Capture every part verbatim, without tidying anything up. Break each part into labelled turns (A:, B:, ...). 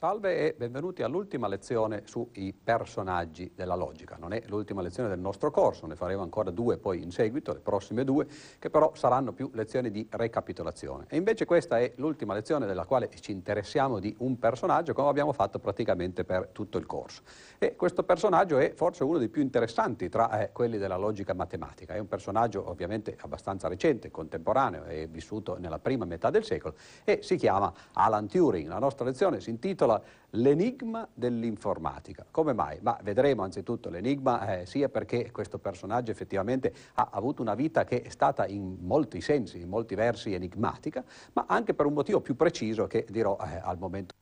A: Salve e benvenuti all'ultima lezione sui personaggi della logica. Non è l'ultima lezione del nostro corso, ne faremo ancora due poi in seguito, le prossime due, che però saranno più lezioni di recapitolazione. E invece questa è l'ultima lezione della quale ci interessiamo di un personaggio, come abbiamo fatto praticamente per tutto il corso. E questo personaggio è forse uno dei più interessanti tra eh, quelli della logica matematica. È un personaggio ovviamente abbastanza recente, contemporaneo, è vissuto nella prima metà del secolo e si chiama Alan Turing. La nostra lezione si intitola L'enigma dell'informatica. Come mai? Ma vedremo anzitutto l'enigma eh, sia perché questo personaggio effettivamente ha avuto una vita che è stata in molti sensi, in molti versi enigmatica, ma anche per un motivo più preciso che dirò eh, al momento.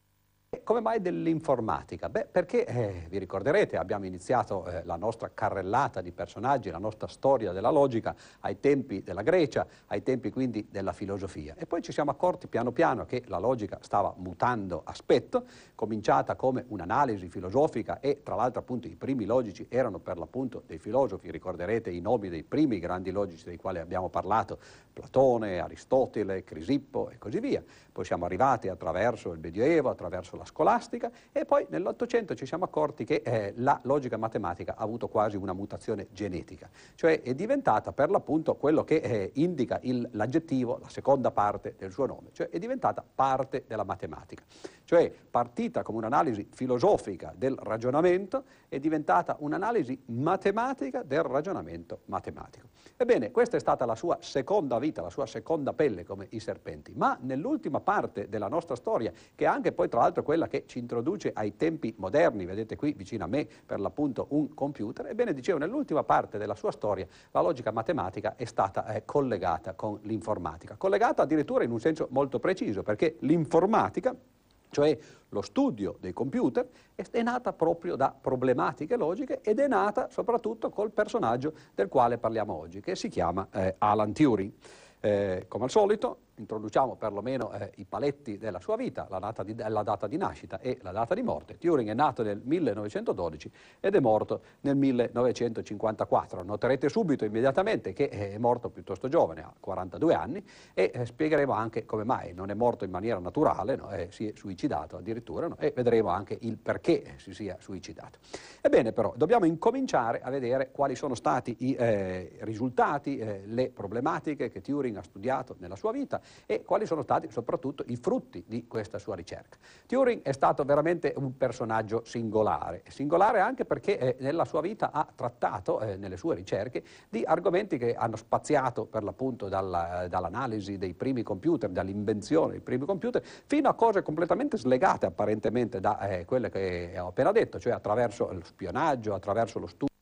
A: Come mai dell'informatica? Beh, perché, eh, vi ricorderete, abbiamo iniziato eh, la nostra carrellata di personaggi, la nostra storia della logica ai tempi della Grecia, ai tempi quindi della filosofia. E poi ci siamo accorti piano piano che la logica stava mutando aspetto, cominciata come un'analisi filosofica e tra l'altro appunto i primi logici erano per l'appunto dei filosofi, ricorderete i nomi dei primi grandi logici dei quali abbiamo parlato, Platone, Aristotele, Crisippo e così via. Poi siamo arrivati attraverso il Medioevo, attraverso la scolastica e poi nell'Ottocento ci siamo accorti che eh, la logica matematica ha avuto quasi una mutazione genetica, cioè è diventata per l'appunto quello che eh, indica l'aggettivo, la seconda parte del suo nome, cioè è diventata parte della matematica, cioè partita come un'analisi filosofica del ragionamento è diventata un'analisi matematica del ragionamento matematico. Ebbene, questa è stata la sua seconda vita, la sua seconda pelle come i serpenti, ma nell'ultima parte della nostra storia, che è anche poi tra l'altro quella che ci introduce ai tempi moderni, vedete qui vicino a me per l'appunto un computer, ebbene dicevo nell'ultima parte della sua storia la logica matematica è stata eh, collegata con l'informatica, collegata addirittura in un senso molto preciso, perché l'informatica, cioè lo studio dei computer, è nata proprio da problematiche logiche ed è nata soprattutto col personaggio del quale parliamo oggi, che si chiama eh, Alan Turing. Eh, come al solito introduciamo perlomeno eh, i paletti della sua vita, la data, di, la data di nascita e la data di morte. Turing è nato nel millenovecentododici ed è morto nel millenovecentocinquantaquattro. Noterete subito, immediatamente, che è morto piuttosto giovane, ha quarantadue anni, e eh, spiegheremo anche come mai. Non è morto in maniera naturale, no? eh, si è suicidato addirittura, no? E vedremo anche il perché si sia suicidato. Ebbene però, dobbiamo incominciare a vedere quali sono stati i eh, risultati, eh, le problematiche che Turing ha studiato nella sua vita e quali sono stati soprattutto i frutti di questa sua ricerca. Turing è stato veramente un personaggio singolare, singolare anche perché eh, nella sua vita ha trattato, eh, nelle sue ricerche, di argomenti che hanno spaziato per l'appunto dalla, dall'analisi dei primi computer, dall'invenzione dei primi computer, fino a cose completamente slegate apparentemente da eh, quelle che ho appena detto, cioè attraverso lo spionaggio, attraverso lo studio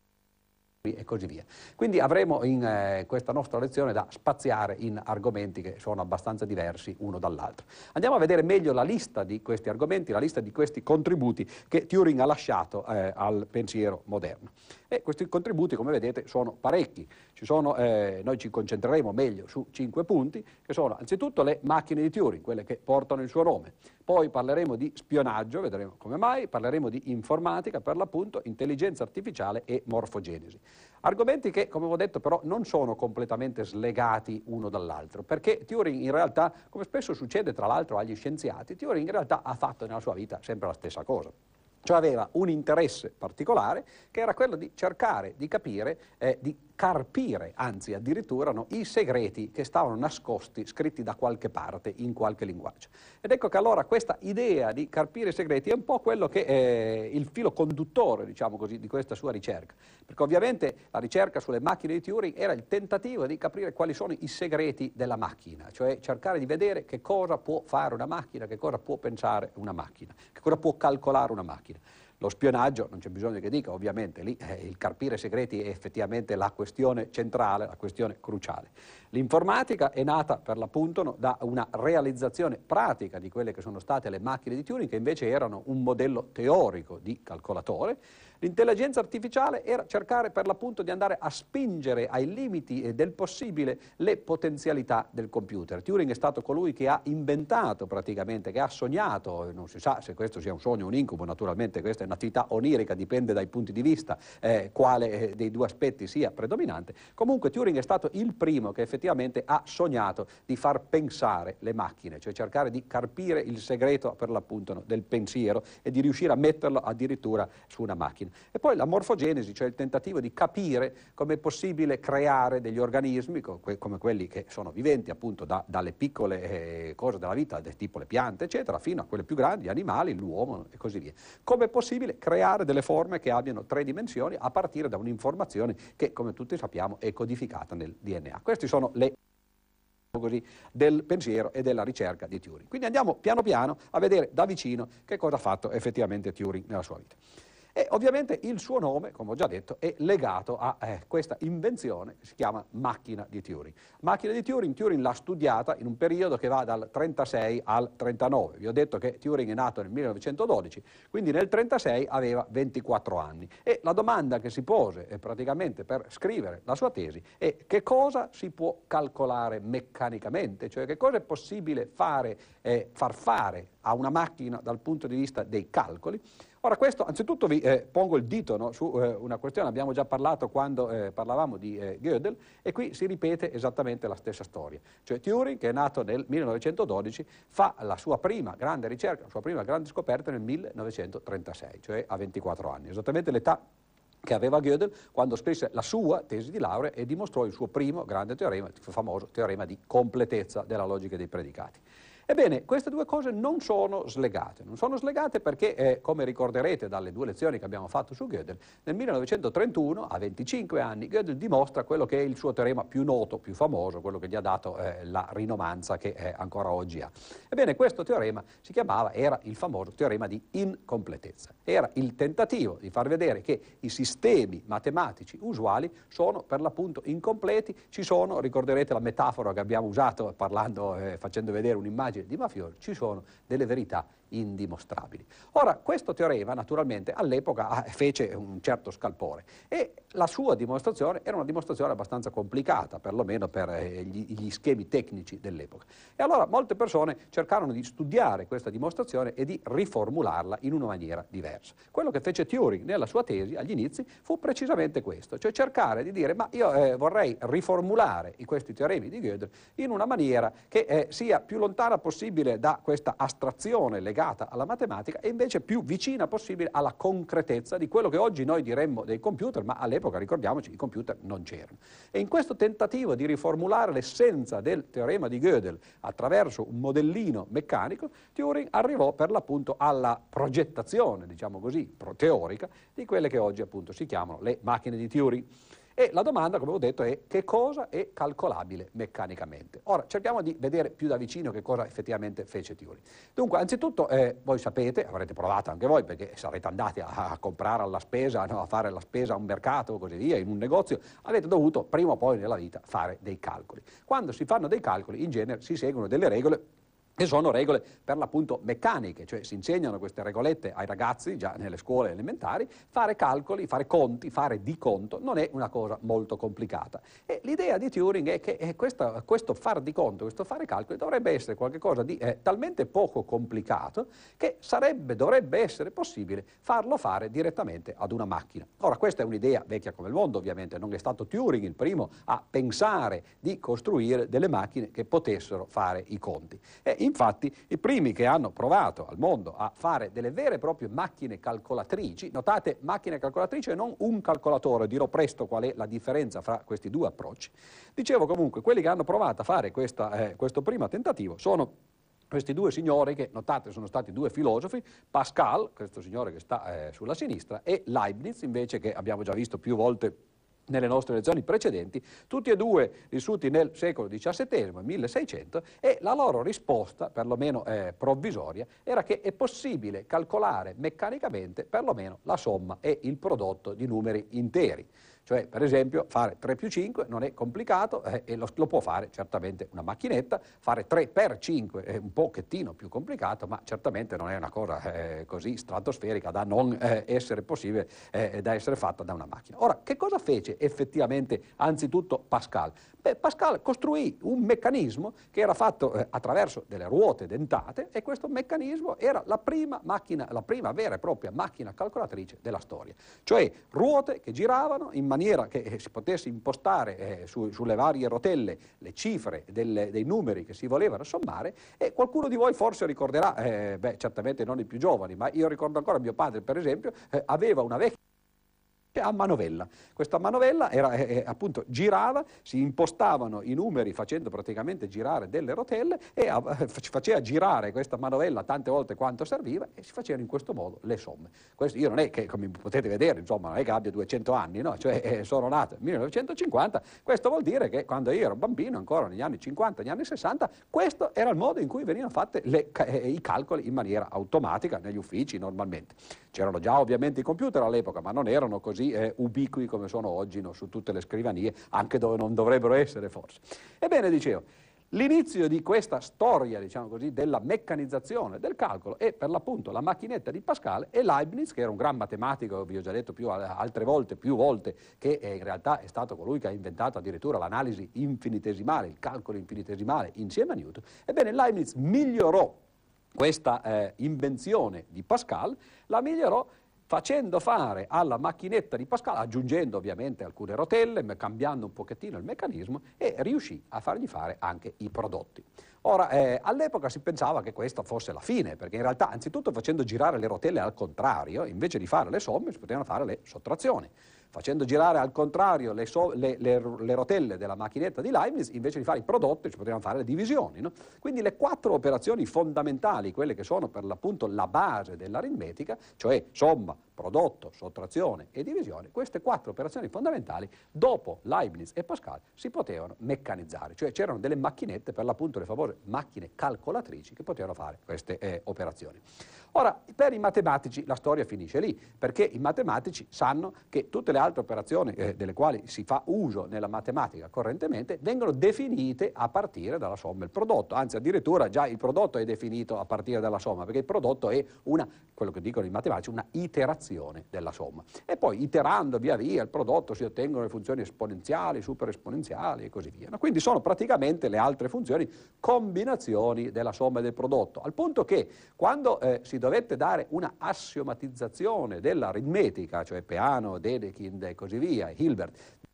A: e così via. Quindi avremo in eh, questa nostra lezione da spaziare in argomenti che sono abbastanza diversi uno dall'altro. Andiamo a vedere meglio la lista di questi argomenti, la lista di questi contributi che Turing ha lasciato eh, al pensiero moderno. E questi contributi, come vedete, sono parecchi. Ci sono, eh, noi ci concentreremo meglio su cinque punti, che sono anzitutto le macchine di Turing, quelle che portano il suo nome. Poi parleremo di spionaggio, vedremo come mai, parleremo di informatica, per l'appunto intelligenza artificiale e morfogenesi. Argomenti che, come ho detto, però non sono completamente slegati uno dall'altro, perché Turing in realtà, come spesso succede tra l'altro agli scienziati, Turing in realtà ha fatto nella sua vita sempre la stessa cosa. Cioè aveva un interesse particolare che era quello di cercare di capire, eh, di carpire, anzi addirittura no, i segreti che stavano nascosti, scritti da qualche parte, in qualche linguaggio. Ed ecco che allora questa idea di carpire i segreti è un po' quello che è il filo conduttore, diciamo così, di questa sua ricerca. Perché ovviamente la ricerca sulle macchine di Turing era il tentativo di capire quali sono i segreti della macchina, cioè cercare di vedere che cosa può fare una macchina, che cosa può pensare una macchina, che cosa può calcolare una macchina. Lo spionaggio, non c'è bisogno che dica, ovviamente lì eh, il carpire segreti è effettivamente la questione centrale, la questione cruciale. L'informatica è nata per l'appunto no, da una realizzazione pratica di quelle che sono state le macchine di Turing, che invece erano un modello teorico di calcolatore. L'intelligenza artificiale era cercare per l'appunto di andare a spingere ai limiti del possibile le potenzialità del computer. Turing è stato colui che ha inventato praticamente, che ha sognato, non si sa se questo sia un sogno o un incubo, naturalmente questa è un'attività onirica, dipende dai punti di vista eh, quale eh, dei due aspetti sia predominante. Comunque Turing è stato il primo che effettivamente ha sognato di far pensare le macchine, cioè cercare di carpire il segreto per l'appunto no, del pensiero e di riuscire a metterlo addirittura su una macchina. E poi la morfogenesi, cioè il tentativo di capire come è possibile creare degli organismi come quelli che sono viventi, appunto da, dalle piccole eh, cose della vita, del tipo le piante, eccetera, fino a quelle più grandi, gli animali, l'uomo e così via. Come è possibile creare delle forme che abbiano tre dimensioni a partire da un'informazione che, come tutti sappiamo, è codificata nel D N A. Queste sono le così, del pensiero e della ricerca di Turing. Quindi andiamo piano piano a vedere da vicino che cosa ha fatto effettivamente Turing nella sua vita. E ovviamente il suo nome, come ho già detto, è legato a eh, questa invenzione che si chiama macchina di Turing. Macchina di Turing, Turing l'ha studiata in un periodo che va dal trentasei al trentanove. Vi ho detto che Turing è nato nel millenovecentododici, quindi nel trentasei aveva ventiquattro anni. E la domanda che si pose eh, praticamente per scrivere la sua tesi è: che cosa si può calcolare meccanicamente? Cioè che cosa è possibile fare, eh, far fare a una macchina dal punto di vista dei calcoli? Ora questo, anzitutto vi eh, pongo il dito no, su eh, una questione, abbiamo già parlato quando eh, parlavamo di eh, Gödel, e qui si ripete esattamente la stessa storia. Cioè Turing, che è nato nel millenovecentododici, fa la sua prima grande ricerca, la sua prima grande scoperta nel millenovecentotrentasei, cioè a ventiquattro anni, esattamente l'età che aveva Gödel quando scrisse la sua tesi di laurea e dimostrò il suo primo grande teorema, il famoso teorema di completezza della logica dei predicati. Ebbene, queste due cose non sono slegate, non sono slegate perché, eh, come ricorderete dalle due lezioni che abbiamo fatto su Gödel, nel millenovecentotrentuno, a venticinque anni, Gödel dimostra quello che è il suo teorema più noto, più famoso, quello che gli ha dato eh, la rinomanza che eh, ancora oggi ha. Ebbene, questo teorema si chiamava, era il famoso teorema di incompletezza. Era il tentativo di far vedere che i sistemi matematici usuali sono per l'appunto incompleti. Ci sono, ricorderete la metafora che abbiamo usato parlando, eh, facendo vedere un'immagine di mafiosi, ci sono delle verità indimostrabili. Ora, questo teorema naturalmente all'epoca fece un certo scalpore e la sua dimostrazione era una dimostrazione abbastanza complicata, perlomeno per gli, gli schemi tecnici dell'epoca. E allora molte persone cercarono di studiare questa dimostrazione e di riformularla in una maniera diversa. Quello che fece Turing nella sua tesi agli inizi fu precisamente questo, cioè cercare di dire: ma io eh, vorrei riformulare questi teoremi di Gödel in una maniera che eh, sia più lontana possibile da questa astrazione legata alla matematica e invece più vicina possibile alla concretezza di quello che oggi noi diremmo dei computer, ma all'epoca, ricordiamoci, i computer non c'erano. E in questo tentativo di riformulare l'essenza del teorema di Gödel attraverso un modellino meccanico, Turing arrivò per l'appunto alla progettazione, diciamo così, teorica di quelle che oggi appunto si chiamano le macchine di Turing. E la domanda, come ho detto, è: che cosa è calcolabile meccanicamente? Ora, cerchiamo di vedere più da vicino che cosa effettivamente fece Turing. Dunque, anzitutto, eh, voi sapete, avrete provato anche voi, perché sarete andati a, a comprare alla spesa, no, a fare la spesa a un mercato o così via, in un negozio, avete dovuto prima o poi nella vita fare dei calcoli. Quando si fanno dei calcoli, in genere si seguono delle regole che sono regole per l'appunto meccaniche, cioè si insegnano queste regolette ai ragazzi già nelle scuole elementari. Fare calcoli, fare conti, fare di conto non è una cosa molto complicata. E l'idea di Turing è che eh, questo, questo far di conto, questo fare calcoli dovrebbe essere qualcosa di eh, talmente poco complicato che sarebbe, dovrebbe essere possibile farlo fare direttamente ad una macchina. Ora, questa è un'idea vecchia come il mondo, ovviamente, non è stato Turing il primo a pensare di costruire delle macchine che potessero fare i conti. E infatti i primi che hanno provato al mondo a fare delle vere e proprie macchine calcolatrici, notate macchine calcolatrici e non un calcolatore, dirò presto qual è la differenza fra questi due approcci. Dicevo comunque, quelli che hanno provato a fare questa, eh, questo primo tentativo sono questi due signori che, notate, sono stati due filosofi: Pascal, questo signore che sta eh, sulla sinistra, e Leibniz, invece, che abbiamo già visto più volte nelle nostre lezioni precedenti, tutti e due vissuti nel secolo diciassettesimo, milleseicento, e la loro risposta, perlomeno eh, provvisoria, era che è possibile calcolare meccanicamente perlomeno la somma e il prodotto di numeri interi. Cioè, per esempio, fare tre più cinque non è complicato eh, e lo, lo può fare certamente una macchinetta. Fare tre per cinque è un pochettino più complicato, ma certamente non è una cosa eh, così stratosferica da non eh, essere possibile, eh, da essere fatta da una macchina. Ora, che cosa fece fece effettivamente anzitutto Pascal? Beh, Pascal costruì un meccanismo che era fatto eh, attraverso delle ruote dentate, e questo meccanismo era la prima macchina, la prima vera e propria macchina calcolatrice della storia. Cioè ruote che giravano in maniera che eh, si potesse impostare eh, su, sulle varie rotelle le cifre delle, dei numeri che si volevano sommare, e qualcuno di voi forse ricorderà, eh, beh certamente non i più giovani, ma io ricordo ancora mio padre per esempio, eh, aveva una vecchia a manovella. Questa manovella era, eh, appunto girava, si impostavano i numeri facendo praticamente girare delle rotelle, e eh, faceva girare questa manovella tante volte quanto serviva, e si facevano in questo modo le somme. Questo io non è che, come potete vedere, insomma, non è che abbia duecento anni, no? Cioè eh, sono nato nel millenovecentocinquanta, questo vuol dire che quando io ero bambino, ancora negli anni cinquanta, negli anni sessanta, questo era il modo in cui venivano fatti eh, i calcoli in maniera automatica negli uffici normalmente. C'erano già ovviamente i computer all'epoca, ma non erano così Eh, ubiqui come sono oggi, no? Su tutte le scrivanie, anche dove non dovrebbero essere forse. Ebbene, dicevo, l'inizio di questa storia, diciamo così, della meccanizzazione del calcolo è per l'appunto la macchinetta di Pascal e Leibniz, che era un gran matematico, vi ho già detto più altre volte, più volte, che eh, in realtà è stato colui che ha inventato addirittura l'analisi infinitesimale, il calcolo infinitesimale insieme a Newton. Ebbene, Leibniz migliorò questa eh, invenzione di Pascal, la migliorò facendo fare alla macchinetta di Pascal, aggiungendo ovviamente alcune rotelle, cambiando un pochettino il meccanismo, e riuscì a fargli fare anche i prodotti. Ora, eh, all'epoca si pensava che questa fosse la fine, perché in realtà, anzitutto facendo girare le rotelle al contrario, invece di fare le somme, si potevano fare le sottrazioni. Facendo girare al contrario le, so, le, le, le rotelle della macchinetta di Leibniz, invece di fare i prodotti, si potevano fare le divisioni, no? Quindi le quattro operazioni fondamentali, quelle che sono per l'appunto la base dell'aritmetica, cioè somma, prodotto, sottrazione e divisione, queste quattro operazioni fondamentali, dopo Leibniz e Pascal, si potevano meccanizzare. Cioè c'erano delle macchinette, per l'appunto le famose macchine calcolatrici, che potevano fare queste eh, operazioni. Ora, per i matematici la storia finisce lì, perché i matematici sanno che tutte le altre operazioni eh, delle quali si fa uso nella matematica correntemente vengono definite a partire dalla somma e il prodotto, anzi addirittura già il prodotto è definito a partire dalla somma, perché il prodotto è una, quello che dicono i matematici, una iterazione della somma. E poi iterando via via il prodotto si ottengono le funzioni esponenziali, superesponenziali e così via. No? Quindi sono praticamente le altre funzioni combinazioni della somma e del prodotto, al punto che quando eh, si dovette dare una assiomatizzazione dell'aritmetica, cioè Peano, Dedekind e così via, Hilbert,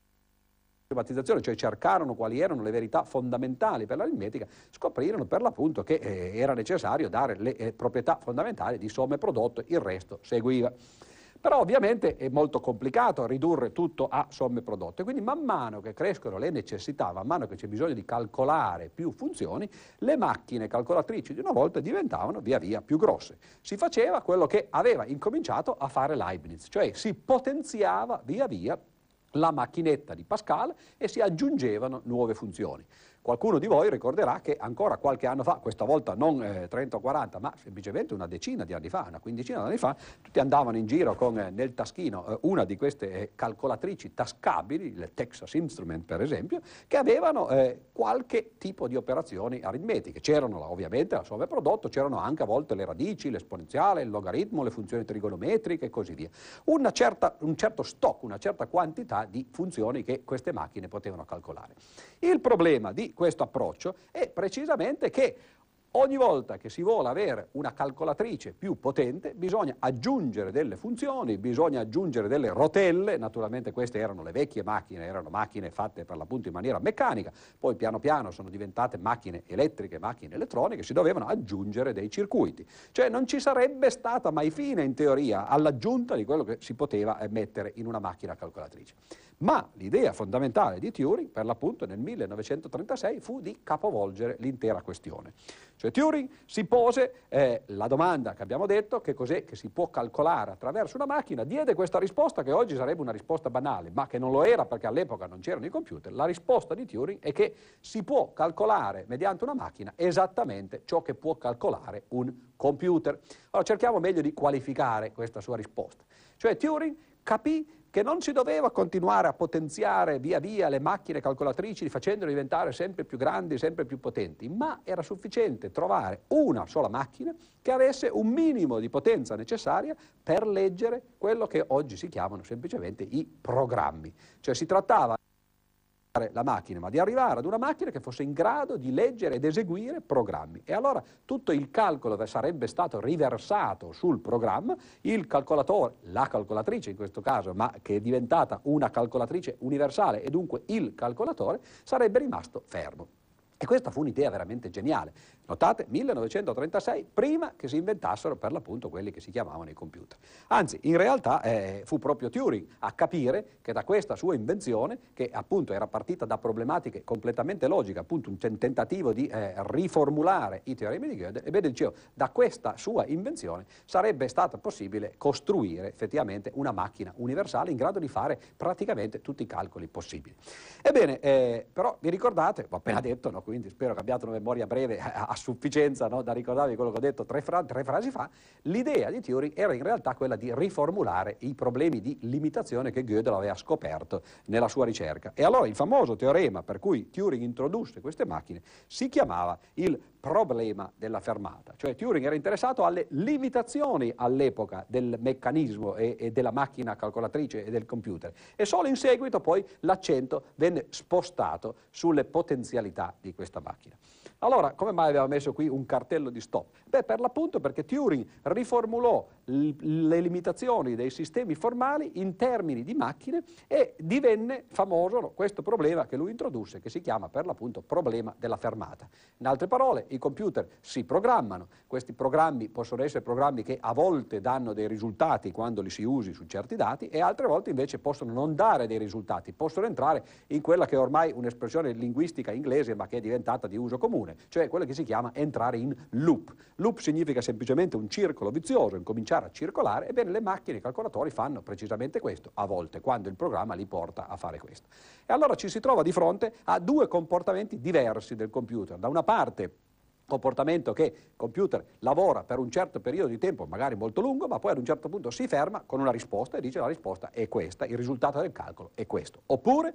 A: cioè cercarono quali erano le verità fondamentali per l'aritmetica, scoprirono per l'appunto che eh, era necessario dare le eh, proprietà fondamentali di somma e prodotto, il resto seguiva. Però ovviamente è molto complicato ridurre tutto a somme e prodotti, quindi man mano che crescono le necessità, man mano che c'è bisogno di calcolare più funzioni, le macchine calcolatrici di una volta diventavano via via più grosse. Si faceva quello che aveva incominciato a fare Leibniz, cioè si potenziava via via la macchinetta di Pascal e si aggiungevano nuove funzioni. Qualcuno di voi ricorderà che ancora qualche anno fa, questa volta non eh, trenta o quaranta, ma semplicemente una decina di anni fa, una quindicina di anni fa, tutti andavano in giro con eh, nel taschino eh, una di queste eh, calcolatrici tascabili, le Texas Instrument per esempio, che avevano eh, qualche tipo di operazioni aritmetiche. C'erano ovviamente la somma e prodotto, c'erano anche a volte le radici, l'esponenziale, il logaritmo, le funzioni trigonometriche e così via. Una certa, un certo stock, una certa quantità di funzioni che queste macchine potevano calcolare. Il problema di questo approccio è precisamente che ogni volta che si vuole avere una calcolatrice più potente bisogna aggiungere delle funzioni, bisogna aggiungere delle rotelle, naturalmente queste erano le vecchie macchine, erano macchine fatte per l'appunto in maniera meccanica, poi piano piano sono diventate macchine elettriche, macchine elettroniche, si dovevano aggiungere dei circuiti, cioè non ci sarebbe stata mai fine in teoria all'aggiunta di quello che si poteva mettere in una macchina calcolatrice. Ma l'idea fondamentale di Turing, per l'appunto nel millenovecentotrentasei, fu di capovolgere l'intera questione. Cioè Turing si pose eh, la domanda che abbiamo detto, che cos'è che si può calcolare attraverso una macchina, diede questa risposta che oggi sarebbe una risposta banale, ma che non lo era perché all'epoca non c'erano i computer. La risposta di Turing è che si può calcolare mediante una macchina esattamente ciò che può calcolare un computer. Allora cerchiamo meglio di qualificare questa sua risposta. Cioè Turing capì che non si doveva continuare a potenziare via via le macchine calcolatrici facendole diventare sempre più grandi, sempre più potenti, ma era sufficiente trovare una sola macchina che avesse un minimo di potenza necessaria per leggere quello che oggi si chiamano semplicemente i programmi. Cioè si trattava la macchina, ma di arrivare ad una macchina che fosse in grado di leggere ed eseguire programmi. E allora tutto il calcolo che sarebbe stato riversato sul programma, il calcolatore, la calcolatrice in questo caso, ma che è diventata una calcolatrice universale e dunque il calcolatore, sarebbe rimasto fermo. E questa fu un'idea veramente geniale. Notate, millenovecentotrentasei, prima che si inventassero per l'appunto quelli che si chiamavano i computer. Anzi, in realtà eh, fu proprio Turing a capire che da questa sua invenzione, che appunto era partita da problematiche completamente logiche, appunto un tentativo di eh, riformulare i teoremi di Gödel, ebbene dicevo, da questa sua invenzione sarebbe stato possibile costruire effettivamente una macchina universale in grado di fare praticamente tutti i calcoli possibili. Ebbene, eh, però vi ricordate, ho appena detto, no? Quindi spero che abbiate una memoria breve a, a sufficienza, no? Da ricordarvi quello che ho detto tre, fra tre frasi fa, l'idea di Turing era in realtà quella di riformulare i problemi di limitazione che Gödel aveva scoperto nella sua ricerca. E allora il famoso teorema per cui Turing introdusse queste macchine si chiamava il problema della fermata. Cioè Turing era interessato alle limitazioni all'epoca del meccanismo e, e della macchina calcolatrice e del computer, e solo in seguito poi l'accento venne spostato sulle potenzialità di questa macchina. Allora, come mai aveva messo qui un cartello di stop? Beh, per l'appunto perché Turing riformulò le limitazioni dei sistemi formali in termini di macchine e divenne famoso, no, questo problema che lui introdusse, che si chiama per l'appunto problema della fermata. In altre parole, i computer si programmano, questi programmi possono essere programmi che a volte danno dei risultati quando li si usi su certi dati e altre volte invece possono non dare dei risultati, possono entrare in quella che è ormai un'espressione linguistica inglese ma che è diventata di uso comune, cioè quello che si chiama entrare in loop. Loop significa semplicemente un circolo vizioso, incominciare a circolare. Ebbene, le macchine e i calcolatori fanno precisamente questo, a volte, quando il programma li porta a fare questo. E allora ci si trova di fronte a due comportamenti diversi del computer. Da una parte, comportamento che il computer lavora per un certo periodo di tempo, magari molto lungo, ma poi ad un certo punto si ferma con una risposta e dice la risposta è questa, il risultato del calcolo è questo. Oppure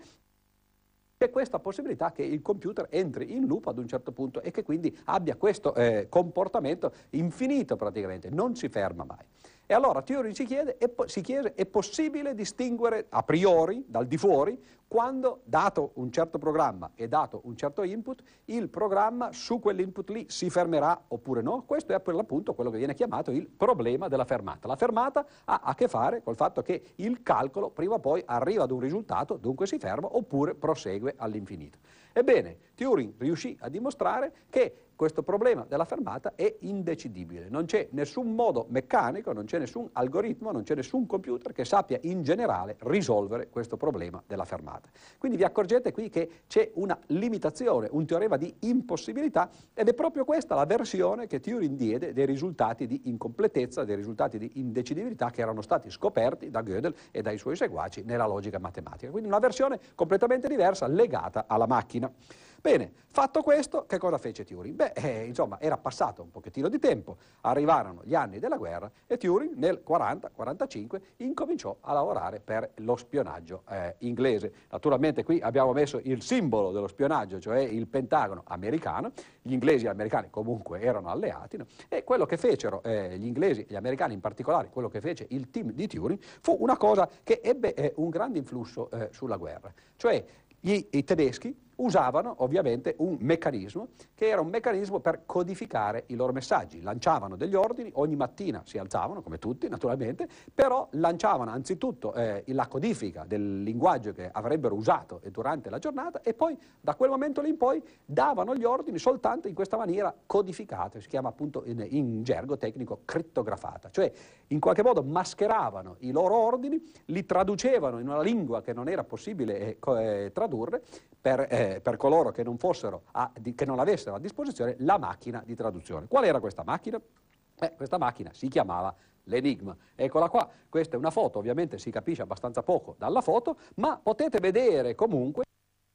A: c'è questa possibilità che il computer entri in loop ad un certo punto e che quindi abbia questo eh, comportamento infinito praticamente, non si ferma mai. E allora Turing si chiede, è, si chiede, è possibile distinguere a priori, dal di fuori, quando, dato un certo programma e dato un certo input, il programma su quell'input lì si fermerà oppure no? Questo è per l'appunto quello che viene chiamato il problema della fermata. La fermata ha a che fare col fatto che il calcolo prima o poi arriva ad un risultato, dunque si ferma, oppure prosegue all'infinito. Ebbene, Turing riuscì a dimostrare che questo problema della fermata è indecidibile. Non c'è nessun modo meccanico, non c'è nessun algoritmo, non c'è nessun computer che sappia in generale risolvere questo problema della fermata. Quindi vi accorgete qui che c'è una limitazione, un teorema di impossibilità, ed è proprio questa la versione che Turing diede dei risultati di incompletezza, dei risultati di indecidibilità che erano stati scoperti da Gödel e dai suoi seguaci nella logica matematica. Quindi una versione completamente diversa legata alla macchina. Bene, fatto questo, che cosa fece Turing? Beh, eh, insomma, era passato un pochettino di tempo, arrivarono gli anni della guerra e Turing nel quaranta quarantacinque incominciò a lavorare per lo spionaggio eh, inglese. Naturalmente qui abbiamo messo il simbolo dello spionaggio, cioè il Pentagono americano. Gli inglesi e gli americani comunque erano alleati, no? E quello che fecero eh, gli inglesi e gli americani in particolare, quello che fece il team di Turing, fu una cosa che ebbe eh, un grande influsso eh, sulla guerra. Cioè gli, i tedeschi usavano ovviamente un meccanismo che era un meccanismo per codificare i loro messaggi. Lanciavano degli ordini, ogni mattina si alzavano, come tutti naturalmente, però lanciavano anzitutto eh, la codifica del linguaggio che avrebbero usato durante la giornata e poi da quel momento lì in poi davano gli ordini soltanto in questa maniera codificata, si chiama appunto in, in gergo tecnico crittografata, cioè in qualche modo mascheravano i loro ordini, li traducevano in una lingua che non era possibile eh, eh, tradurre per eh, per coloro che non fossero a, di, che non avessero a disposizione la macchina di traduzione. Qual era questa macchina? Eh, questa macchina si chiamava l'Enigma. Eccola qua, questa è una foto, ovviamente si capisce abbastanza poco dalla foto, ma potete vedere comunque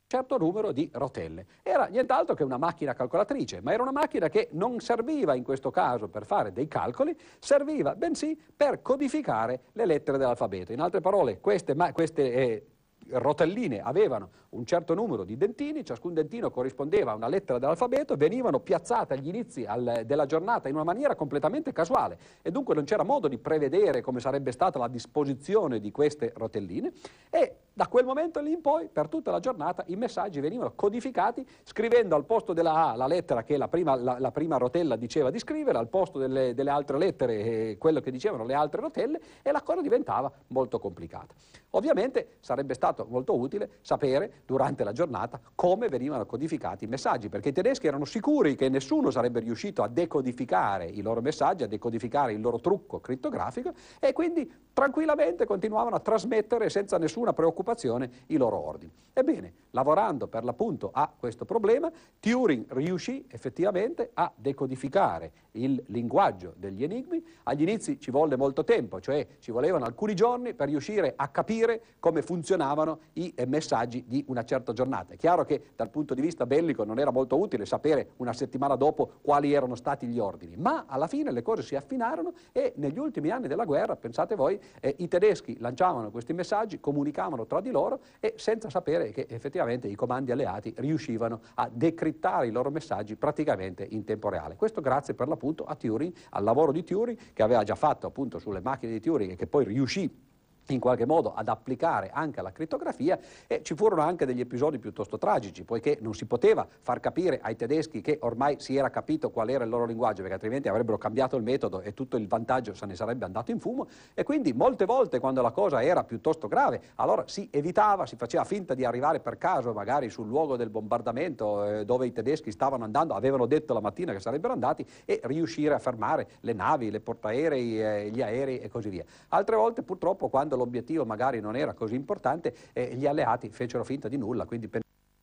A: certo numero di rotelle. Era nient'altro che una macchina calcolatrice, ma era una macchina che non serviva in questo caso per fare dei calcoli, serviva bensì per codificare le lettere dell'alfabeto. In altre parole, queste, queste eh, rotelline avevano un certo numero di dentini, ciascun dentino corrispondeva a una lettera dell'alfabeto, venivano piazzate agli inizi al, della giornata in una maniera completamente casuale e dunque non c'era modo di prevedere come sarebbe stata la disposizione di queste rotelline e da quel momento lì in poi per tutta la giornata i messaggi venivano codificati scrivendo al posto della A la lettera che la prima, la, la prima rotella diceva di scrivere, al posto delle, delle altre lettere eh, quello che dicevano le altre rotelle e la cosa diventava molto complicata. Ovviamente sarebbe stato molto utile sapere durante la giornata come venivano codificati i messaggi, perché i tedeschi erano sicuri che nessuno sarebbe riuscito a decodificare i loro messaggi, a decodificare il loro trucco crittografico e quindi tranquillamente continuavano a trasmettere senza nessuna preoccupazione i loro ordini. Ebbene, lavorando per l'appunto a questo problema, Turing riuscì effettivamente a decodificare il linguaggio degli enigmi. Agli inizi ci volle molto tempo, cioè ci volevano alcuni giorni per riuscire a capire come funzionavano i messaggi di una certa giornata. È chiaro che dal punto di vista bellico non era molto utile sapere una settimana dopo quali erano stati gli ordini, ma alla fine le cose si affinarono e negli ultimi anni della guerra, pensate voi, eh, i tedeschi lanciavano questi messaggi, comunicavano tra di loro e senza sapere che effettivamente i comandi alleati riuscivano a decrittare i loro messaggi praticamente in tempo reale. Questo grazie per l'appunto a Turing, al lavoro di Turing che aveva già fatto appunto sulle macchine di Turing e che poi riuscì in qualche modo ad applicare anche alla crittografia e ci furono anche degli episodi piuttosto tragici, poiché non si poteva far capire ai tedeschi che ormai si era capito qual era il loro linguaggio, perché altrimenti avrebbero cambiato il metodo e tutto il vantaggio se ne sarebbe andato in fumo e quindi molte volte quando la cosa era piuttosto grave allora si evitava, si faceva finta di arrivare per caso magari sul luogo del bombardamento eh, dove i tedeschi stavano andando, avevano detto la mattina che sarebbero andati e riuscire a fermare le navi, le portaerei, eh, gli aerei e così via. Altre volte purtroppo quando l'obiettivo magari non era così importante e gli alleati fecero finta di nulla, quindi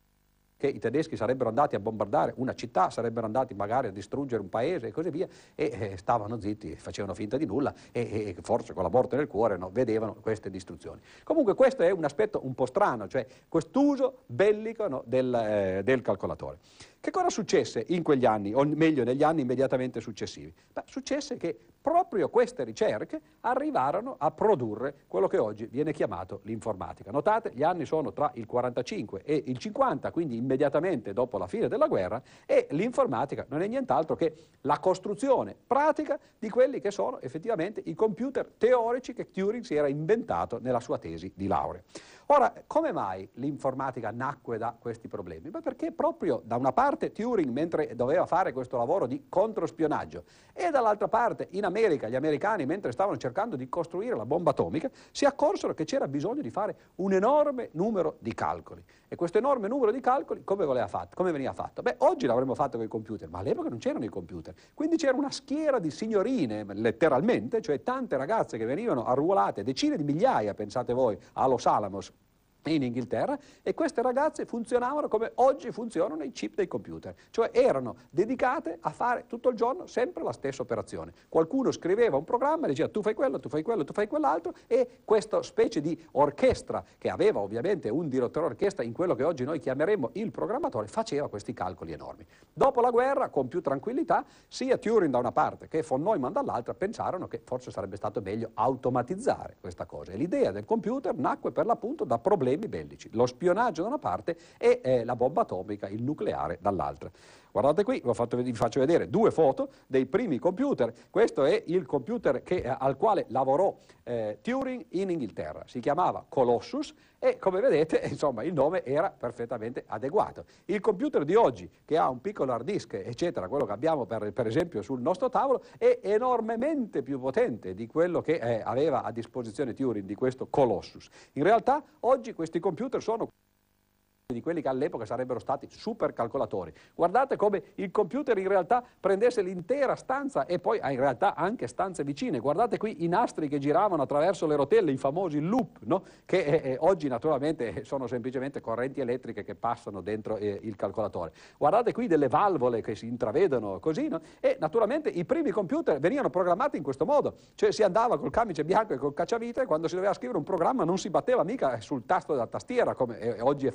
A: che i tedeschi sarebbero andati a bombardare una città, sarebbero andati magari a distruggere un paese e così via e eh, stavano zitti, facevano finta di nulla e, e forse con la morte nel cuore no, vedevano queste distruzioni. Comunque questo è un aspetto un po' strano, cioè quest'uso bellico no, del, eh, del calcolatore. Che cosa successe in quegli anni, o meglio negli anni immediatamente successivi? Beh, successe che proprio queste ricerche arrivarono a produrre quello che oggi viene chiamato l'informatica. Notate, gli anni sono tra il quarantacinque e il cinquanta, quindi immediatamente dopo la fine della guerra, e l'informatica non è nient'altro che la costruzione pratica di quelli che sono effettivamente i computer teorici che Turing si era inventato nella sua tesi di laurea. Ora, come mai l'informatica nacque da questi problemi? Beh, perché proprio da una parte Turing, mentre doveva fare questo lavoro di controspionaggio, e dall'altra parte in America, gli americani, mentre stavano cercando di costruire la bomba atomica, si accorsero che c'era bisogno di fare un enorme numero di calcoli. E questo enorme numero di calcoli come, voleva fatto? Come veniva fatto? Beh, oggi l'avremmo fatto con i computer, ma all'epoca non c'erano i computer. Quindi c'era una schiera di signorine, letteralmente, cioè tante ragazze che venivano arruolate, decine di migliaia, pensate voi, a Los Alamos, in Inghilterra, e queste ragazze funzionavano come oggi funzionano i chip dei computer, cioè erano dedicate a fare tutto il giorno sempre la stessa operazione. Qualcuno scriveva un programma e diceva tu fai quello, tu fai quello, tu fai quell'altro e questa specie di orchestra che aveva ovviamente un direttore orchestra in quello che oggi noi chiameremmo il programmatore faceva questi calcoli enormi. Dopo la guerra, con più tranquillità, sia Turing da una parte che von Neumann dall'altra pensarono che forse sarebbe stato meglio automatizzare questa cosa e l'idea del computer nacque per l'appunto da problemi bellici, lo spionaggio da una parte e eh, la bomba atomica, il nucleare dall'altra. Guardate qui, vi, ho fatto, vi faccio vedere due foto dei primi computer. Questo è il computer che, eh, al quale lavorò eh, Turing in Inghilterra. Si chiamava Colossus e come vedete insomma il nome era perfettamente adeguato. Il computer di oggi che ha un piccolo hard disk eccetera, quello che abbiamo per, per esempio sul nostro tavolo, è enormemente più potente di quello che eh, aveva a disposizione Turing di questo Colossus. In realtà oggi questi computer sono di quelli che all'epoca sarebbero stati supercalcolatori. Guardate come il computer in realtà prendesse l'intera stanza e poi in realtà anche stanze vicine. Guardate qui i nastri che giravano attraverso le rotelle, i famosi loop, no? Che eh, oggi naturalmente sono semplicemente correnti elettriche che passano dentro eh, il calcolatore. Guardate qui delle valvole che si intravedono così, no? E naturalmente i primi computer venivano programmati in questo modo, cioè si andava col camice bianco e col cacciavite e quando si doveva scrivere un programma non si batteva mica sul tasto della tastiera come eh, oggi è facile fare,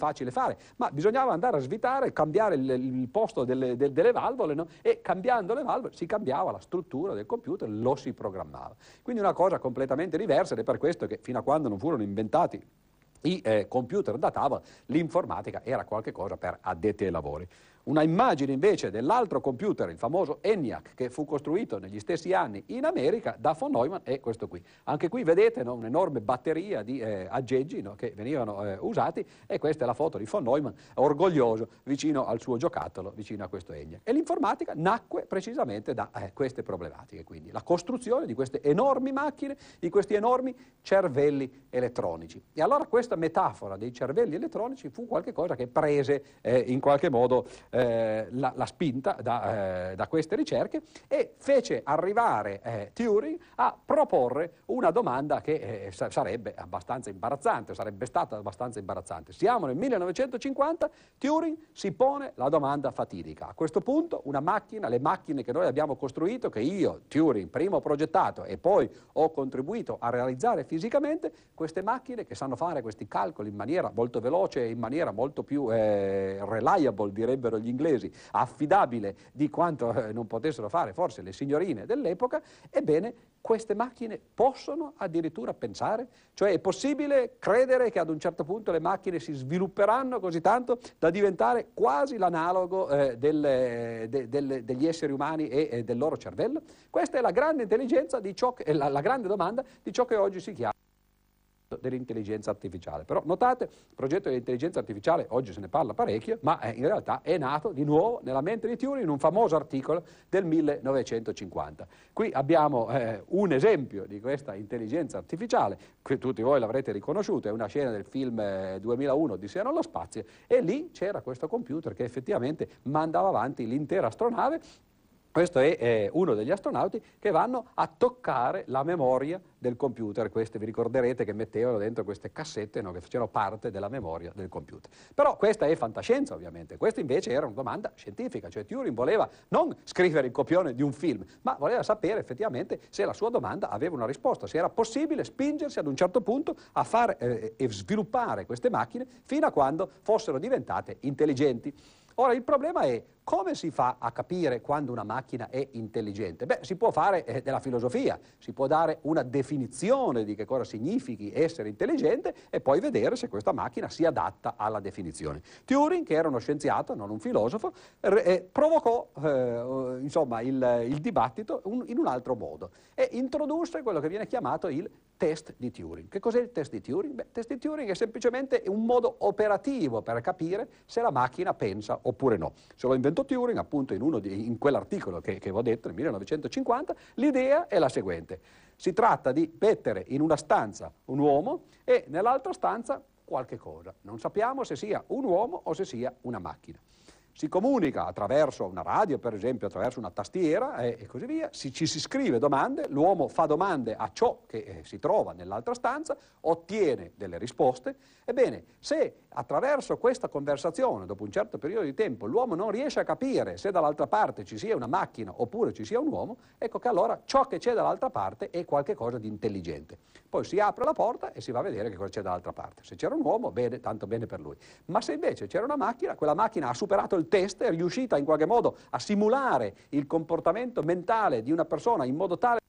A: svitare, ma bisognava andare a svitare, cambiare il, il posto delle, de, delle valvole, no? E cambiando le valvole si cambiava la struttura del computer, lo si programmava. Quindi una cosa completamente diversa, ed è per questo che fino a quando non furono inventati i eh, computer da tavola, l'informatica era qualcosa per addetti ai lavori. Una immagine invece dell'altro computer, il famoso ENIAC, che fu costruito negli stessi anni in America da von Neumann, è questo qui. Anche qui vedete, no, un'enorme batteria di eh, aggeggi, no, che venivano eh, usati, e questa è la foto di von Neumann orgoglioso vicino al suo giocattolo, vicino a questo ENIAC. E l'informatica nacque precisamente da eh, queste problematiche, quindi la costruzione di queste enormi macchine, di questi enormi cervelli elettronici. E allora questa metafora dei cervelli elettronici fu qualcosa che prese eh, in qualche modo Eh, la, la spinta da, eh, da queste ricerche, e fece arrivare eh, Turing a proporre una domanda che eh, sa- sarebbe abbastanza imbarazzante, sarebbe stata abbastanza imbarazzante. Siamo nel millenovecentocinquanta, Turing si pone la domanda fatidica. A questo punto una macchina, le macchine che noi abbiamo costruito, che io, Turing, prima ho progettato e poi ho contribuito a realizzare fisicamente, queste macchine che sanno fare questi calcoli in maniera molto veloce e in maniera molto più eh, reliable, direbbero gli inglesi, affidabile di quanto eh, non potessero fare forse le signorine dell'epoca, ebbene queste macchine possono addirittura pensare? Cioè è possibile credere che ad un certo punto le macchine si svilupperanno così tanto da diventare quasi l'analogo eh, del, de, del, degli esseri umani e, e del loro cervello? Questa è la grande intelligenza di ciò che, la, la grande domanda di ciò che oggi si chiama dell'intelligenza artificiale. Però notate, il progetto dell'intelligenza artificiale oggi se ne parla parecchio, ma eh, in realtà è nato di nuovo nella mente di Turing in un famoso articolo del millenovecentocinquanta. Qui abbiamo eh, un esempio di questa intelligenza artificiale, che tutti voi l'avrete riconosciuto, è una scena del film eh, duemilauno Odissea nello spazio, e lì c'era questo computer che effettivamente mandava avanti l'intera astronave. Questo è eh, uno degli astronauti che vanno a toccare la memoria del computer. Queste vi ricorderete che mettevano dentro queste cassette, no, che facevano parte della memoria del computer. Però questa è fantascienza, ovviamente. Questa invece era una domanda scientifica, cioè Turing voleva non scrivere il copione di un film, ma voleva sapere effettivamente se la sua domanda aveva una risposta, se era possibile spingersi ad un certo punto a fare eh, e sviluppare queste macchine fino a quando fossero diventate intelligenti. Ora il problema è: come si fa a capire quando una macchina è intelligente? Beh, si può fare eh, della filosofia, si può dare una definizione di che cosa significhi essere intelligente e poi vedere se questa macchina si adatta alla definizione. Turing, che era uno scienziato, non un filosofo, eh, provocò eh, insomma, il, il dibattito un, in un altro modo e introdusse quello che viene chiamato il test di Turing. Che cos'è il test di Turing? Beh, il test di Turing è semplicemente un modo operativo per capire se la macchina pensa oppure no. Se lo inventò Turing, appunto, in, uno di, in quell'articolo che, che vi ho detto, nel millenovecentocinquanta, l'idea è la seguente. Si tratta di mettere in una stanza un uomo e nell'altra stanza qualche cosa. Non sappiamo se sia un uomo o se sia una macchina. Si comunica attraverso una radio, per esempio, attraverso una tastiera e, e così via, si, ci si scrive domande, l'uomo fa domande a ciò che eh, si trova nell'altra stanza, ottiene delle risposte. Ebbene, se attraverso questa conversazione, dopo un certo periodo di tempo, l'uomo non riesce a capire se dall'altra parte ci sia una macchina oppure ci sia un uomo, ecco che allora ciò che c'è dall'altra parte è qualche cosa di intelligente. Poi si apre la porta e si va a vedere che cosa c'è dall'altra parte. Se c'era un uomo, bene, tanto bene per lui. Ma se invece c'era una macchina, quella macchina ha superato il test, è riuscita in qualche modo a simulare il comportamento mentale di una persona in modo tale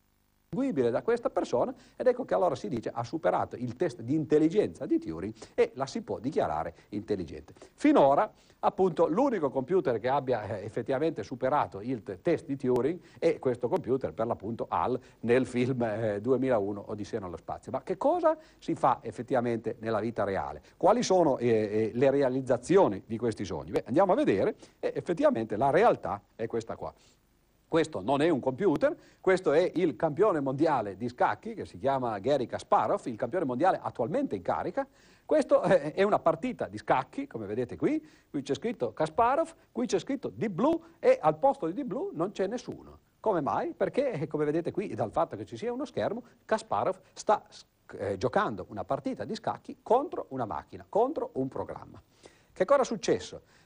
A: da questa persona, ed ecco che allora si dice ha superato il test di intelligenza di Turing e la si può dichiarare intelligente. Finora, appunto, l'unico computer che abbia eh, effettivamente superato il t- test di Turing è questo computer, per l'appunto H A L, nel film eh, duemilauno Odissea nello spazio. Ma che cosa si fa effettivamente nella vita reale? Quali sono eh, eh, le realizzazioni di questi sogni? Beh, andiamo a vedere e effettivamente la realtà è questa qua. Questo non è un computer, questo è il campione mondiale di scacchi che si chiama Garry Kasparov, il campione mondiale attualmente in carica. Questo è una partita di scacchi, come vedete qui, qui c'è scritto Kasparov, qui c'è scritto Deep Blue e al posto di Deep Blue non c'è nessuno. Come mai? Perché, come vedete qui, dal fatto che ci sia uno schermo, Kasparov sta eh, giocando una partita di scacchi contro una macchina, contro un programma. Che cosa è successo?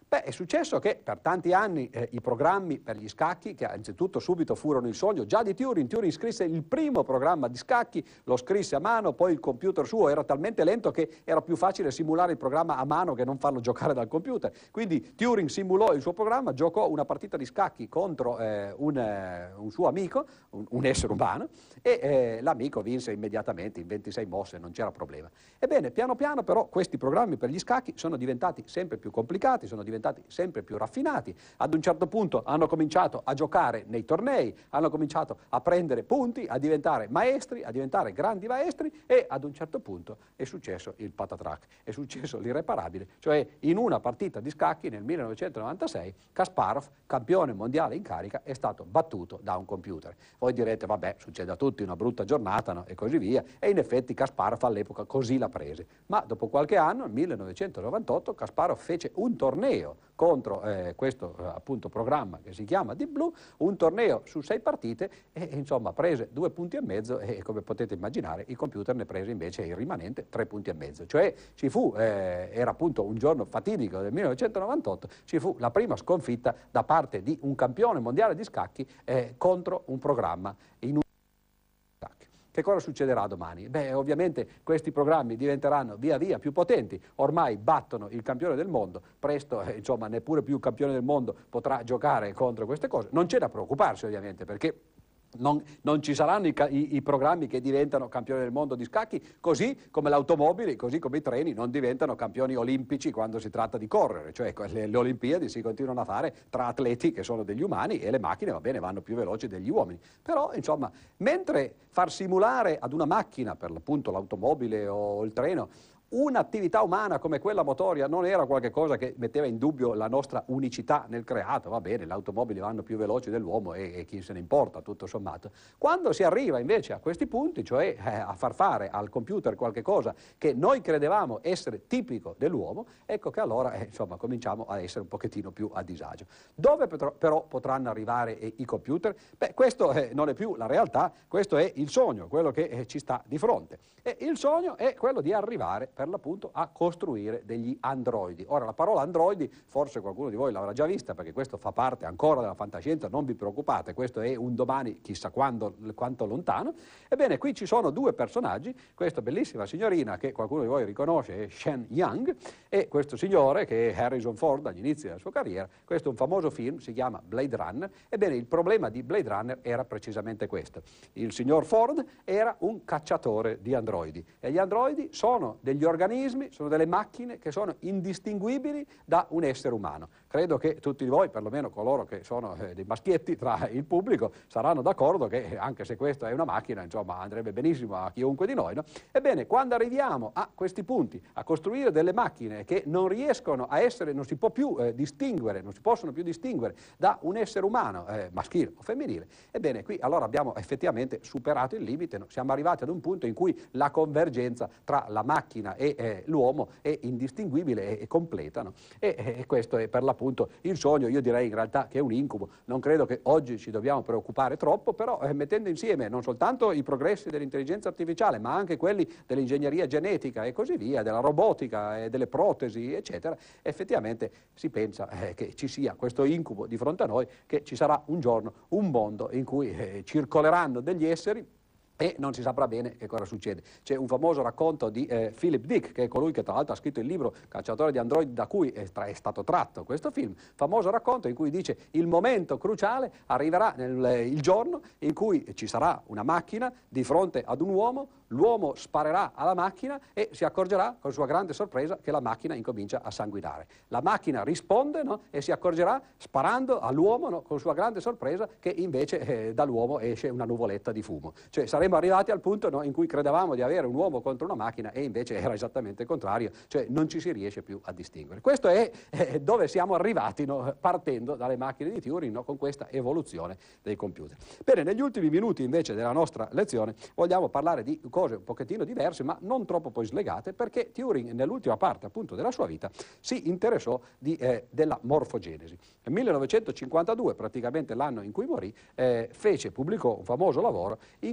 A: Beh, è successo che per tanti anni eh, i programmi per gli scacchi, che anzitutto subito furono il sogno già di Turing, Turing scrisse il primo programma di scacchi, lo scrisse a mano, poi il computer suo era talmente lento che era più facile simulare il programma a mano che non farlo giocare dal computer. Quindi Turing simulò il suo programma, giocò una partita di scacchi contro eh, un, eh, un suo amico, un, un essere umano, e eh, l'amico vinse immediatamente in ventisei mosse, non c'era problema. Ebbene, piano piano però questi programmi per gli scacchi sono diventati sempre più complicati, sono diventati sempre più raffinati. Ad un certo punto hanno cominciato a giocare nei tornei, hanno cominciato a prendere punti, a diventare maestri, a diventare grandi maestri, e ad un certo punto è successo il patatrac, è successo l'irreparabile, cioè in una partita di scacchi nel millenovecentonovantasei Kasparov, campione mondiale in carica, è stato battuto da un computer. Voi direte, vabbè, succede a tutti, una brutta giornata, no? E così via, e in effetti Kasparov all'epoca così la prese. Ma dopo qualche anno, nel millenovecentonovantotto, Kasparov fece un torneo contro eh, questo eh, appunto programma che si chiama Deep Blue, un torneo su sei partite, e insomma prese due punti e mezzo, e come potete immaginare il computer ne prese invece il rimanente tre punti e mezzo. Cioè ci fu, eh, era appunto un giorno fatidico del millenovecentonovantotto, ci fu la prima sconfitta da parte di un campione mondiale di scacchi eh, contro un programma in un scacchi. Che cosa succederà domani? Beh, ovviamente questi programmi diventeranno via via più potenti, ormai battono il campione del mondo, presto eh, insomma neppure più il campione del mondo potrà giocare contro queste cose. Non c'è da preoccuparsi ovviamente, perché Non, non ci saranno i, i, i programmi che diventano campioni del mondo di scacchi, così come le automobili, così come i treni non diventano campioni olimpici quando si tratta di correre, cioè le, le Olimpiadi si continuano a fare tra atleti che sono degli umani, e le macchine, va bene, vanno più veloci degli uomini. Però, insomma, mentre far simulare ad una macchina, per l'appunto l'automobile o il treno, un'attività umana come quella motoria non era qualcosa che metteva in dubbio la nostra unicità nel creato, va bene, le automobili vanno più veloci dell'uomo e, e chi se ne importa, tutto sommato. Quando si arriva invece a questi punti, cioè eh, a far fare al computer qualche cosa che noi credevamo essere tipico dell'uomo, ecco che allora eh, insomma cominciamo a essere un pochettino più a disagio. Dove però, però potranno arrivare eh, i computer? Beh, questo eh, non è più la realtà, questo è il sogno, quello che eh, ci sta di fronte. E il sogno è quello di arrivare per l'appunto a costruire degli androidi. Ora, la parola androidi forse qualcuno di voi l'avrà già vista, perché questo fa parte ancora della fantascienza, non vi preoccupate, questo è un domani chissà quando, quanto lontano. Ebbene, qui ci sono due personaggi, questa bellissima signorina che qualcuno di voi riconosce è Shen Yang, e questo signore che è Harrison Ford agli inizi della sua carriera. Questo è un famoso film, si chiama Blade Runner. Ebbene, il problema di Blade Runner era precisamente questo: il signor Ford era un cacciatore di androidi, e gli androidi sono degli organismi, sono delle macchine che sono indistinguibili da un essere umano. Credo che tutti voi, perlomeno coloro che sono eh, dei maschietti tra il pubblico, saranno d'accordo che anche se questa è una macchina, insomma, andrebbe benissimo a chiunque di noi, no? Ebbene, quando arriviamo a questi punti, a costruire delle macchine che non riescono a essere, non si può più eh, distinguere, non si possono più distinguere da un essere umano, eh, maschile o femminile, ebbene, qui allora abbiamo effettivamente superato il limite, no? Siamo arrivati ad un punto in cui la convergenza tra la macchina e eh, l'uomo è indistinguibile e, e completa, no? e, e questo è per l'appunto il sogno. Io direi in realtà che è un incubo, non credo che oggi ci dobbiamo preoccupare troppo, però eh, mettendo insieme non soltanto i progressi dell'intelligenza artificiale, ma anche quelli dell'ingegneria genetica e così via, della robotica e delle protesi, eccetera, effettivamente si pensa eh, che ci sia questo incubo di fronte a noi, che ci sarà un giorno un mondo in cui eh, circoleranno degli esseri e non si saprà bene che cosa succede. C'è un famoso racconto di eh, Philip Dick, che è colui che tra l'altro ha scritto il libro Cacciatore di androidi, da cui è, tra, è stato tratto questo film, famoso racconto in cui dice: il momento cruciale arriverà nel, il giorno in cui ci sarà una macchina di fronte ad un uomo, l'uomo sparerà alla macchina e si accorgerà con sua grande sorpresa che la macchina incomincia a sanguinare. La macchina risponde, no? E si accorgerà, sparando all'uomo, no? Con sua grande sorpresa, che invece eh, dall'uomo esce una nuvoletta di fumo. Cioè saremo arrivati al punto, no, in cui credevamo di avere un uomo contro una macchina, e invece era esattamente il contrario, cioè non ci si riesce più a distinguere. Questo è eh, dove siamo arrivati, no, partendo dalle macchine di Turing, no, con questa evoluzione dei computer. Bene, negli ultimi minuti invece della nostra lezione vogliamo parlare di cose un pochettino diverse, ma non troppo poi slegate, perché Turing nell'ultima parte appunto della sua vita si interessò di, eh, della morfogenesi. Nel millenovecentocinquantadue, praticamente l'anno in cui morì, eh, fece, pubblicò un famoso lavoro in cui la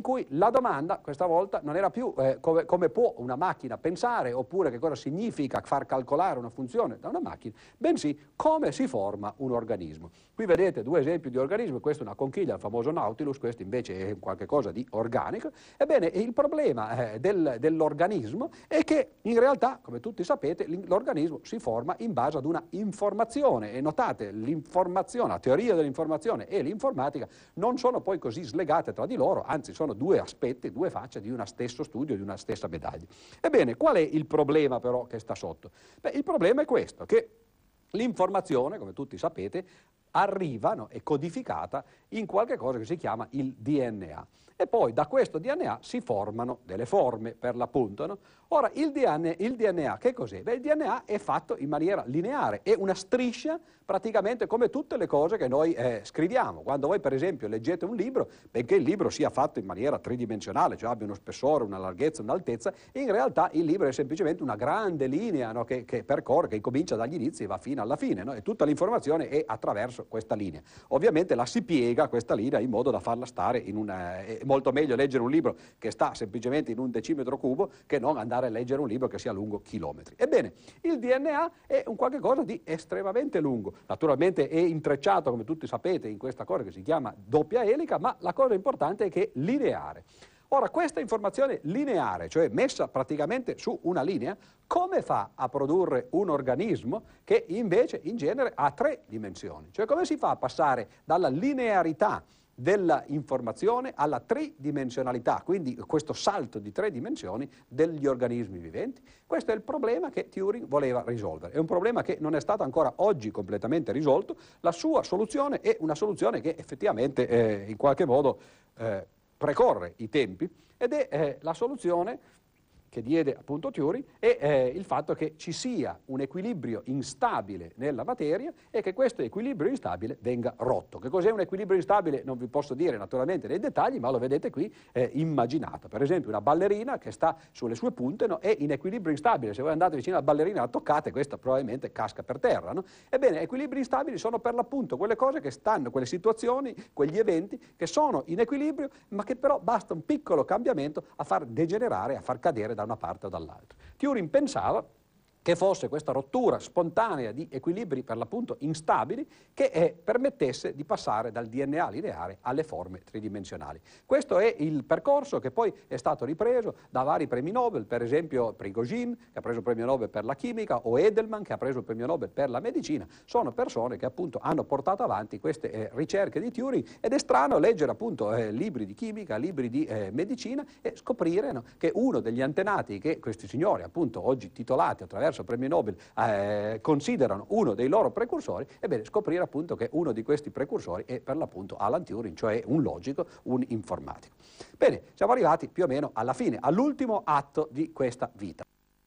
A: la domanda questa volta non era più eh, come, come può una macchina pensare, oppure che cosa significa far calcolare una funzione da una macchina, bensì come si forma un organismo. Qui vedete due esempi di organismi, questo è una conchiglia, il famoso Nautilus, questo invece è qualcosa di organico. Ebbene, il problema eh, del, dell'organismo è che in realtà, come tutti sapete, l'organismo si forma in base ad una informazione, e notate, l'informazione, la teoria dell'informazione e l'informatica non sono poi così slegate tra di loro, anzi sono due aspetti, due facce di uno stesso studio, di una stessa medaglia. Ebbene, qual è il problema però che sta sotto? Beh, il problema è questo, che l'informazione, come tutti sapete, arriva, no, è codificata in qualche cosa che si chiama il D N A. E poi da questo D N A si formano delle forme, per l'appunto. No? Ora, il D N A, il D N A che cos'è? Beh, il D N A è fatto in maniera lineare, è una striscia praticamente come tutte le cose che noi eh, scriviamo. Quando voi per esempio leggete un libro, benché il libro sia fatto in maniera tridimensionale, cioè abbia uno spessore, una larghezza, un'altezza, in realtà il libro è semplicemente una grande linea, no, che, che percorre, che comincia dagli inizi e va fino alla fine, no? E tutta l'informazione è attraverso questa linea. Ovviamente la si piega questa linea in modo da farla stare in una... È molto meglio leggere un libro che sta semplicemente in un decimetro cubo che non andare a leggere un libro che sia lungo chilometri. Ebbene, il D N A è un qualche cosa di estremamente lungo. Naturalmente è intrecciato, come tutti sapete, in questa cosa che si chiama doppia elica, ma la cosa importante è che è lineare. Ora, questa informazione lineare, cioè messa praticamente su una linea, come fa a produrre un organismo che invece in genere ha tre dimensioni? Cioè come si fa a passare dalla linearità dell'informazione alla tridimensionalità, quindi questo salto di tre dimensioni degli organismi viventi? Questo è il problema che Turing voleva risolvere. È un problema che non è stato ancora oggi completamente risolto. La sua soluzione è una soluzione che effettivamente eh, in qualche modo eh, precorre i tempi, ed è eh, la soluzione che diede appunto Turing è eh, il fatto che ci sia un equilibrio instabile nella materia e che questo equilibrio instabile venga rotto. Che cos'è un equilibrio instabile? Non vi posso dire naturalmente nei dettagli, ma lo vedete qui eh, immaginato. Per esempio una ballerina che sta sulle sue punte, no, è in equilibrio instabile. Se voi andate vicino alla ballerina e la toccate, questa probabilmente casca per terra. No? Ebbene, equilibri instabili sono per l'appunto quelle cose che stanno, quelle situazioni, quegli eventi che sono in equilibrio, ma che però basta un piccolo cambiamento a far degenerare, a far cadere da una parte o dall'altra. Turing pensava che fosse questa rottura spontanea di equilibri per l'appunto instabili che eh, permettesse di passare dal D N A lineare alle forme tridimensionali. Questo è il percorso che poi è stato ripreso da vari premi Nobel, per esempio Prigogine, che ha preso il premio Nobel per la chimica, o Edelman, che ha preso il premio Nobel per la medicina. Sono persone che appunto hanno portato avanti queste eh, ricerche di Turing, ed è strano leggere appunto eh, libri di chimica, libri di eh, medicina, e scoprire, no, che uno degli antenati che questi signori appunto oggi titolati attraverso premi Nobel eh, considerano uno dei loro precursori, ebbene scoprire appunto che uno di questi precursori è per l'appunto Alan Turing, cioè un logico, un informatico. Bene, siamo arrivati più o meno alla fine, all'ultimo atto di questa vita.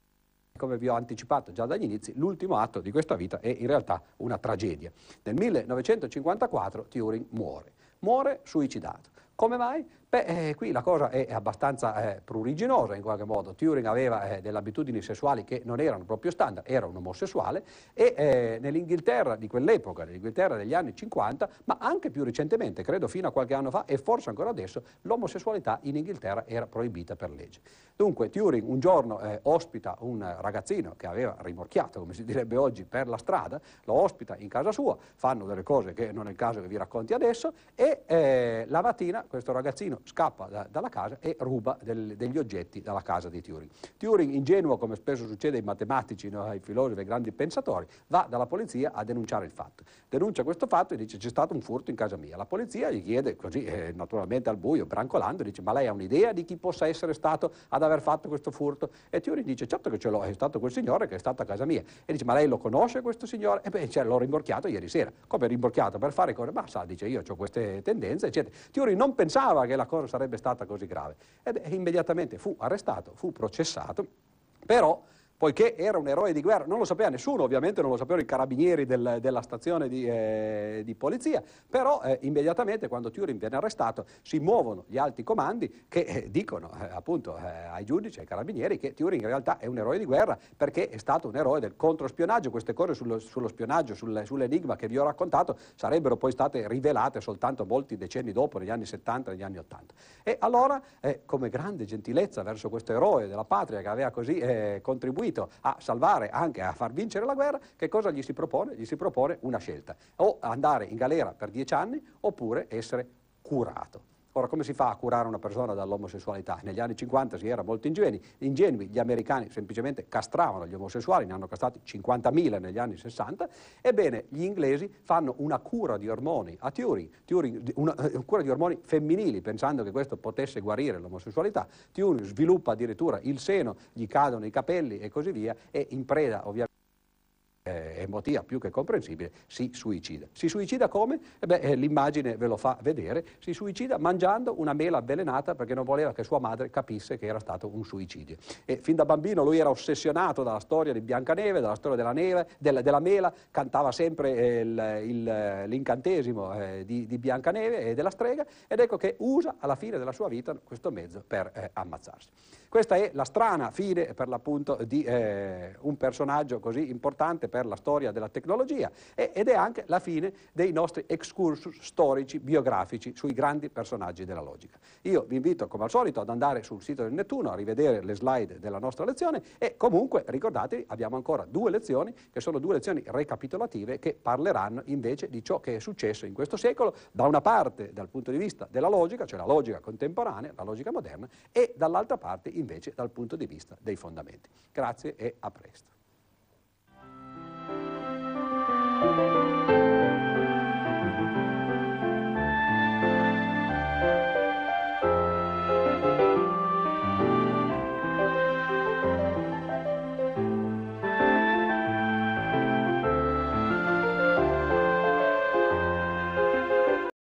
A: Come vi ho anticipato già dagli inizi, l'ultimo atto di questa vita è in realtà una tragedia. Nel millenovecentocinquantaquattro Turing muore, muore suicidato. Come mai? Beh, eh, qui la cosa è abbastanza eh, pruriginosa in qualche modo. Turing aveva eh, delle abitudini sessuali che non erano proprio standard, era un omosessuale, e eh, nell'Inghilterra di quell'epoca, nell'Inghilterra degli anni cinquanta, ma anche più recentemente, credo fino a qualche anno fa e forse ancora adesso, l'omosessualità in Inghilterra era proibita per legge. Dunque Turing un giorno eh, ospita un ragazzino che aveva rimorchiato, come si direbbe oggi, per la strada, lo ospita in casa sua, fanno delle cose che non è il caso che vi racconti adesso, e eh, la mattina questo ragazzino scappa da, dalla casa e ruba del, degli oggetti dalla casa di Turing. Turing, ingenuo come spesso succede ai matematici, no, ai filosofi, ai grandi pensatori, va dalla polizia a denunciare il fatto. Denuncia questo fatto e dice: c'è stato un furto in casa mia. La polizia gli chiede, così eh, naturalmente al buio, brancolando, dice: ma lei ha un'idea di chi possa essere stato ad aver fatto questo furto? E Turing dice: certo che ce l'ho, è stato quel signore che è stato a casa mia. E dice: ma lei lo conosce questo signore? E beh, cioè, l'ho rimorchiato ieri sera. Come rimorchiato? Per fare cose? Ma sa, dice, io ho queste tendenze, eccetera. Turing non pensava che la cosa sarebbe stata così grave, ed immediatamente fu arrestato, fu processato, però poiché era un eroe di guerra, non lo sapeva nessuno, ovviamente non lo sapevano i carabinieri del, della stazione di, eh, di polizia, però eh, immediatamente quando Turing viene arrestato si muovono gli alti comandi che eh, dicono eh, appunto eh, ai giudici, ai carabinieri, che Turing in realtà è un eroe di guerra perché è stato un eroe del controspionaggio. Queste cose sullo, sullo spionaggio, sul, sull'enigma che vi ho raccontato sarebbero poi state rivelate soltanto molti decenni dopo, negli anni settanta, negli anni ottanta. E allora, eh, come grande gentilezza verso questo eroe della patria che aveva così eh, contribuito a salvare, anche a far vincere la guerra, che cosa gli si propone? Gli si propone una scelta: o andare in galera per dieci anni oppure essere curato. Ora, come si fa a curare una persona dall'omosessualità? Negli anni cinquanta si era molto ingenui, ingenui, gli americani semplicemente castravano gli omosessuali, ne hanno castrati cinquantamila negli anni sessanta, ebbene gli inglesi fanno una cura di ormoni a Turing, Turing una, una cura di ormoni femminili, pensando che questo potesse guarire l'omosessualità. Turing sviluppa addirittura il seno, gli cadono i capelli e così via, e in preda ovviamente Eh, emotiva più che comprensibile, si suicida. Si suicida come? Eh beh, eh, l'immagine ve lo fa vedere. Si suicida mangiando una mela avvelenata perché non voleva che sua madre capisse che era stato un suicidio. E fin da bambino lui era ossessionato dalla storia di Biancaneve, dalla storia della, neve, del, della mela, cantava sempre eh, il, il, l'incantesimo eh, di, di Biancaneve e della strega, ed ecco che usa alla fine della sua vita questo mezzo per eh, ammazzarsi. Questa è la strana fine, per l'appunto, di eh, un personaggio così importante per la storia della tecnologia, e, ed è anche la fine dei nostri excursus storici biografici sui grandi personaggi della logica. Io vi invito come al solito ad andare sul sito del Nettuno a rivedere le slide della nostra lezione, e comunque ricordatevi, abbiamo ancora due lezioni che sono due lezioni recapitolative che parleranno invece di ciò che è successo in questo secolo, da una parte dal punto di vista della logica, cioè la logica contemporanea, la logica moderna, e dall'altra parte invece dal punto di vista dei fondamenti. Grazie e a presto.